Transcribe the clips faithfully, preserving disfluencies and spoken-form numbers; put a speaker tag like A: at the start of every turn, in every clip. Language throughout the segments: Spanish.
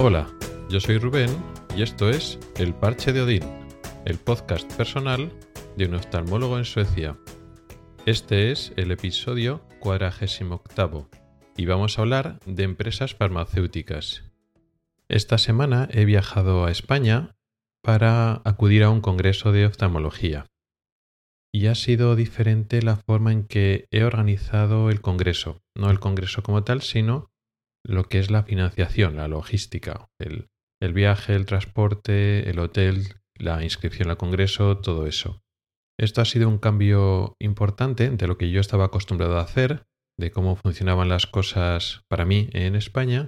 A: Hola, yo soy Rubén y esto es El Parche de Odín, el podcast personal de un oftalmólogo en Suecia. Este es el episodio cuadragésimo octavo y vamos a hablar de empresas farmacéuticas. Esta semana he viajado a España para acudir a un congreso de oftalmología y ha sido diferente la forma en que he organizado el congreso, no el congreso como tal, sino lo que es la financiación, la logística, el, el viaje, el transporte, el hotel, la inscripción al congreso, todo eso. Esto ha sido un cambio importante de lo que yo estaba acostumbrado a hacer, de cómo funcionaban las cosas para mí en España,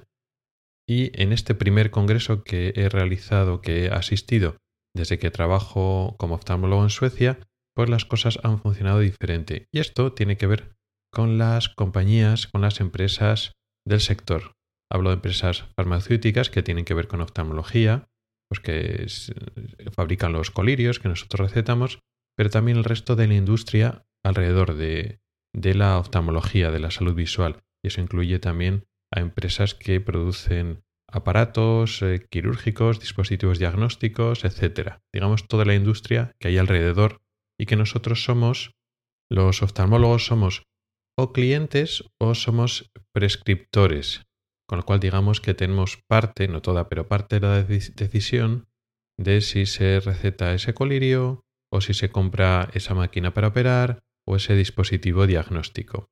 A: y en este primer congreso que he realizado, que he asistido desde que trabajo como oftalmólogo en Suecia, pues las cosas han funcionado diferente. Y esto tiene que ver con las compañías, con las empresas del sector. Hablo de empresas farmacéuticas que tienen que ver con oftalmología, pues que es, fabrican los colirios que nosotros recetamos, pero también el resto de la industria alrededor de, de la oftalmología, de la salud visual. Y eso incluye también a empresas que producen aparatos eh, quirúrgicos, dispositivos diagnósticos, etcétera. Digamos, toda la industria que hay alrededor y que nosotros somos, los oftalmólogos somos o clientes o somos prescriptores, con lo cual digamos que tenemos parte, no toda, pero parte de la decisión de si se receta ese colirio o si se compra esa máquina para operar o ese dispositivo diagnóstico.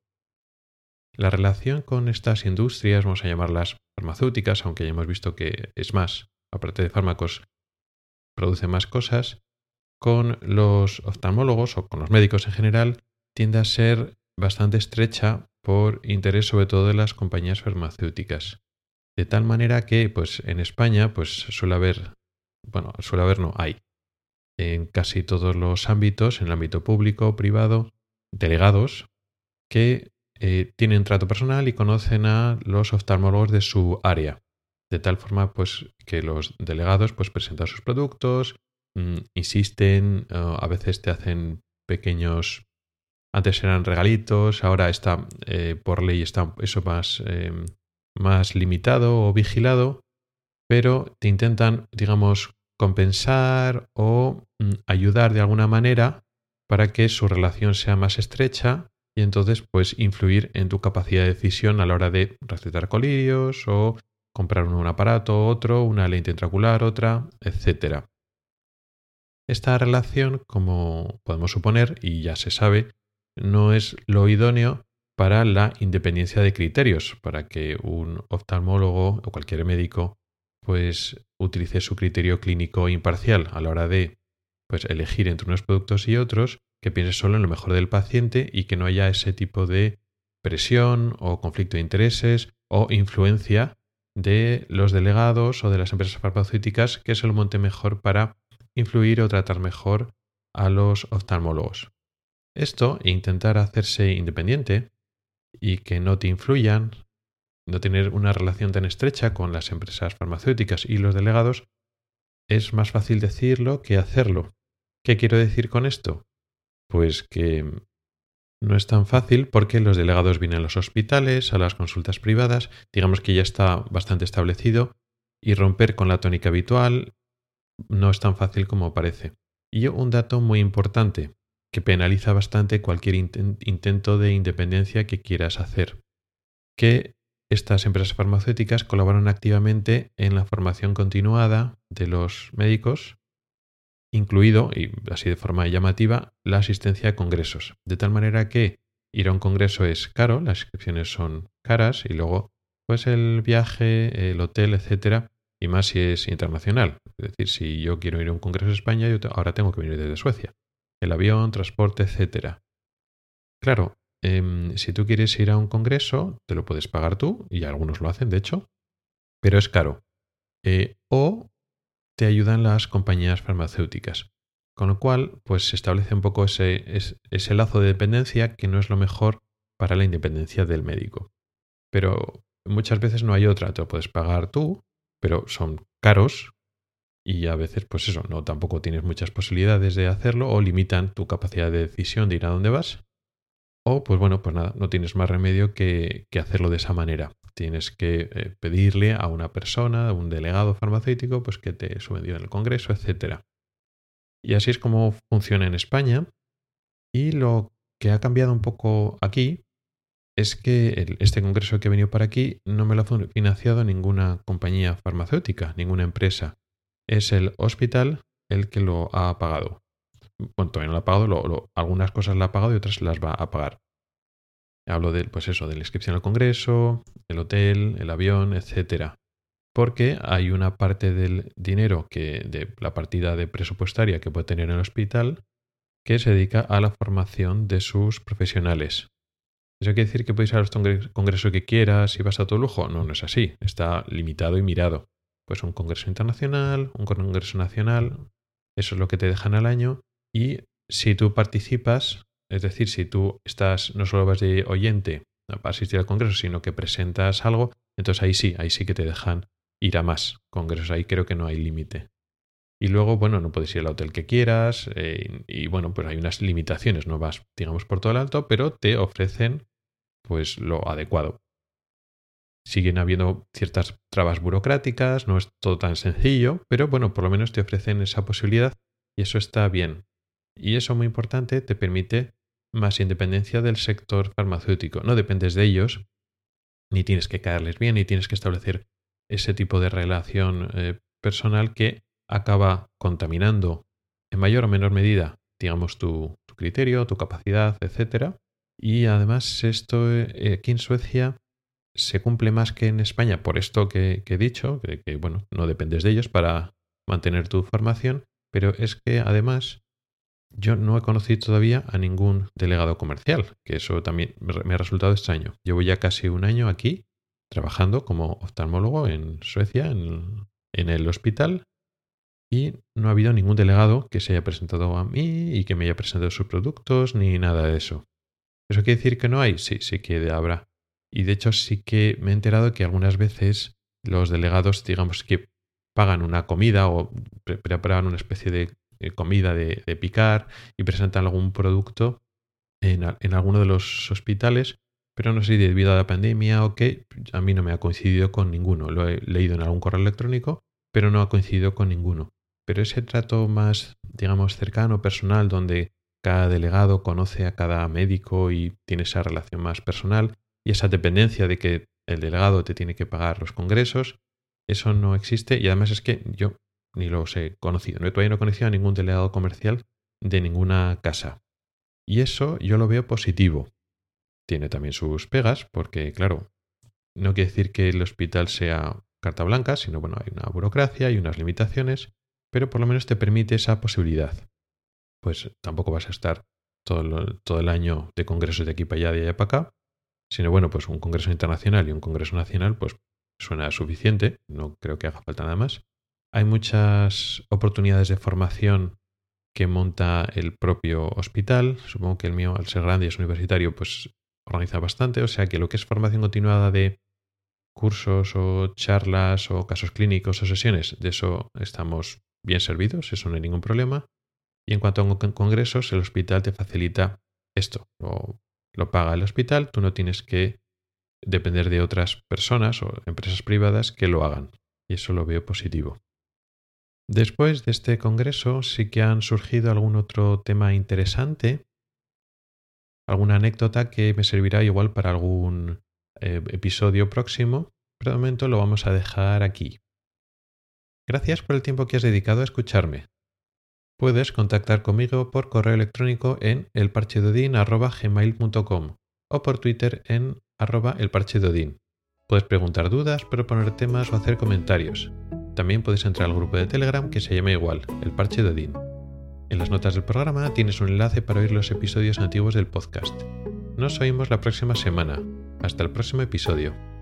A: La relación con estas industrias, vamos a llamarlas farmacéuticas, aunque ya hemos visto que es más, aparte de fármacos, produce más cosas, con los oftalmólogos o con los médicos en general, tiende a ser bastante estrecha por interés sobre todo de las compañías farmacéuticas. De tal manera que pues en España pues suele haber, bueno, suele haber no, hay en casi todos los ámbitos, en el ámbito público, privado, delegados que eh, tienen trato personal y conocen a los oftalmólogos de su área. De tal forma pues que los delegados pues presentan sus productos, mmm, insisten, uh, a veces te hacen pequeños. Antes eran regalitos, ahora está eh, por ley está eso más, eh, más limitado o vigilado, pero te intentan, digamos, compensar o mm, ayudar de alguna manera para que su relación sea más estrecha y entonces pues influir en tu capacidad de decisión a la hora de recetar colirios o comprar un aparato, otro, una lente intraocular, otra, etcétera. Esta relación, como podemos suponer, y ya se sabe, no es lo idóneo para la independencia de criterios, para que un oftalmólogo o cualquier médico pues utilice su criterio clínico imparcial a la hora de pues elegir entre unos productos y otros, que piense solo en lo mejor del paciente y que no haya ese tipo de presión o conflicto de intereses o influencia de los delegados o de las empresas farmacéuticas que se lo monte mejor para influir o tratar mejor a los oftalmólogos. Esto, intentar hacerse independiente y que no te influyan, no tener una relación tan estrecha con las empresas farmacéuticas y los delegados, es más fácil decirlo que hacerlo. ¿Qué quiero decir con esto? Pues que no es tan fácil porque los delegados vienen a los hospitales, a las consultas privadas, digamos que ya está bastante establecido y romper con la tónica habitual no es tan fácil como parece. Y un dato muy importante que penaliza bastante cualquier intent- intento de independencia que quieras hacer, que estas empresas farmacéuticas colaboran activamente en la formación continuada de los médicos, incluido, y así de forma llamativa, la asistencia a congresos, de tal manera que ir a un congreso es caro, las inscripciones son caras y luego pues el viaje, el hotel, etcétera, y más si es internacional. Es decir, si yo quiero ir a un congreso de España, yo te- ahora tengo que venir desde Suecia. El avión, transporte, etcétera. Claro, eh, si tú quieres ir a un congreso, te lo puedes pagar tú, y algunos lo hacen, de hecho, pero es caro. Eh, o te ayudan las compañías farmacéuticas. Con lo cual, pues se establece un poco ese, ese, ese lazo de dependencia que no es lo mejor para la independencia del médico. Pero muchas veces no hay otra, te lo puedes pagar tú, pero son caros y a veces, pues eso, no tampoco tienes muchas posibilidades de hacerlo o limitan tu capacidad de decisión de ir a dónde vas. O, pues bueno, pues nada, no tienes más remedio que, que hacerlo de esa manera. tienes que eh, pedirle a una persona, a un delegado farmacéutico, pues que te subvencione en el congreso, etcétera. Y así es como funciona en España. Y lo que ha cambiado un poco aquí es que el, este congreso que he venido para aquí no me lo ha financiado ninguna compañía farmacéutica, ninguna empresa. Es el hospital el que lo ha pagado. Bueno, todavía no lo ha pagado, lo, lo, algunas cosas la ha pagado y otras las va a pagar. Hablo de, pues eso, de la inscripción al congreso, el hotel, el avión, etcétera. Porque hay una parte del dinero que, de la partida de presupuestaria que puede tener el hospital, que se dedica a la formación de sus profesionales. ¿Eso quiere decir que puedes ir a los congresos que quieras y vas a todo lujo? No, no es así. Está limitado y mirado. Pues un congreso internacional, un congreso nacional, eso es lo que te dejan al año. Y si tú participas, es decir, si tú estás, no solo vas de oyente para asistir al congreso, sino que presentas algo, entonces ahí sí, ahí sí que te dejan ir a más congresos. Ahí creo que no hay límite. Y luego, bueno, no puedes ir al hotel que quieras eh, y bueno, pues hay unas limitaciones, no vas, digamos, por todo el alto, pero te ofrecen pues lo adecuado. Siguen habiendo ciertas trabas burocráticas, no es todo tan sencillo, pero bueno, por lo menos te ofrecen esa posibilidad y eso está bien. Y eso, muy importante, te permite más independencia del sector farmacéutico. No dependes de ellos, ni tienes que caerles bien, ni tienes que establecer ese tipo de relación eh, personal que acaba contaminando en mayor o menor medida, digamos, tu, tu criterio, tu capacidad, etcétera. Y además esto eh, aquí en Suecia se cumple más que en España por esto que, que he dicho, que, que bueno, no dependes de ellos para mantener tu formación, pero es que además yo no he conocido todavía a ningún delegado comercial, que eso también me ha resultado extraño. Llevo ya casi un año aquí trabajando como oftalmólogo en Suecia, en, en el hospital, y no ha habido ningún delegado que se haya presentado a mí y que me haya presentado sus productos ni nada de eso. ¿Eso quiere decir que no hay? Sí, sí que habrá. Y de hecho sí que me he enterado que algunas veces los delegados, digamos que pagan una comida o pre- preparan una especie de comida de, de picar y presentan algún producto en, en alguno de los hospitales, pero no sé si debido a la pandemia o qué, a mí no me ha coincidido con ninguno. Lo he leído en algún correo electrónico, pero no ha coincidido con ninguno. Pero ese trato más, digamos, cercano, personal, donde cada delegado conoce a cada médico y tiene esa relación más personal y esa dependencia de que el delegado te tiene que pagar los congresos, eso no existe y además es que yo ni los he conocido. No, todavía no he conocido a ningún delegado comercial de ninguna casa. Y eso yo lo veo positivo. Tiene también sus pegas porque, claro, no quiere decir que el hospital sea carta blanca, sino bueno, hay una burocracia y unas limitaciones, pero por lo menos te permite esa posibilidad. Pues tampoco vas a estar todo, lo, todo el año de congresos de aquí para allá, de allá para acá, sino bueno, pues un congreso internacional y un congreso nacional, pues suena suficiente, no creo que haga falta nada más. Hay muchas oportunidades de formación que monta el propio hospital. Supongo que el mío, al ser grande y es universitario, pues organiza bastante. O sea que lo que es formación continuada de cursos o charlas o casos clínicos o sesiones, de eso estamos bien servidos, eso no hay ningún problema. Y en cuanto a congresos, el hospital te facilita esto. Lo, lo paga el hospital, tú no tienes que depender de otras personas o empresas privadas que lo hagan. Y eso lo veo positivo. Después de este congreso sí que han surgido algún otro tema interesante, alguna anécdota que me servirá igual para algún eh, episodio próximo, pero de momento lo vamos a dejar aquí. Gracias por el tiempo que has dedicado a escucharme. Puedes contactar conmigo por correo electrónico en elparchedodin arroba gmail punto com o por Twitter en arroba elparchedodin. Puedes preguntar dudas, proponer temas o hacer comentarios. También puedes entrar al grupo de Telegram que se llama igual, El Parche de Odín. En las notas del programa tienes un enlace para oír los episodios antiguos del podcast. Nos oímos la próxima semana. Hasta el próximo episodio.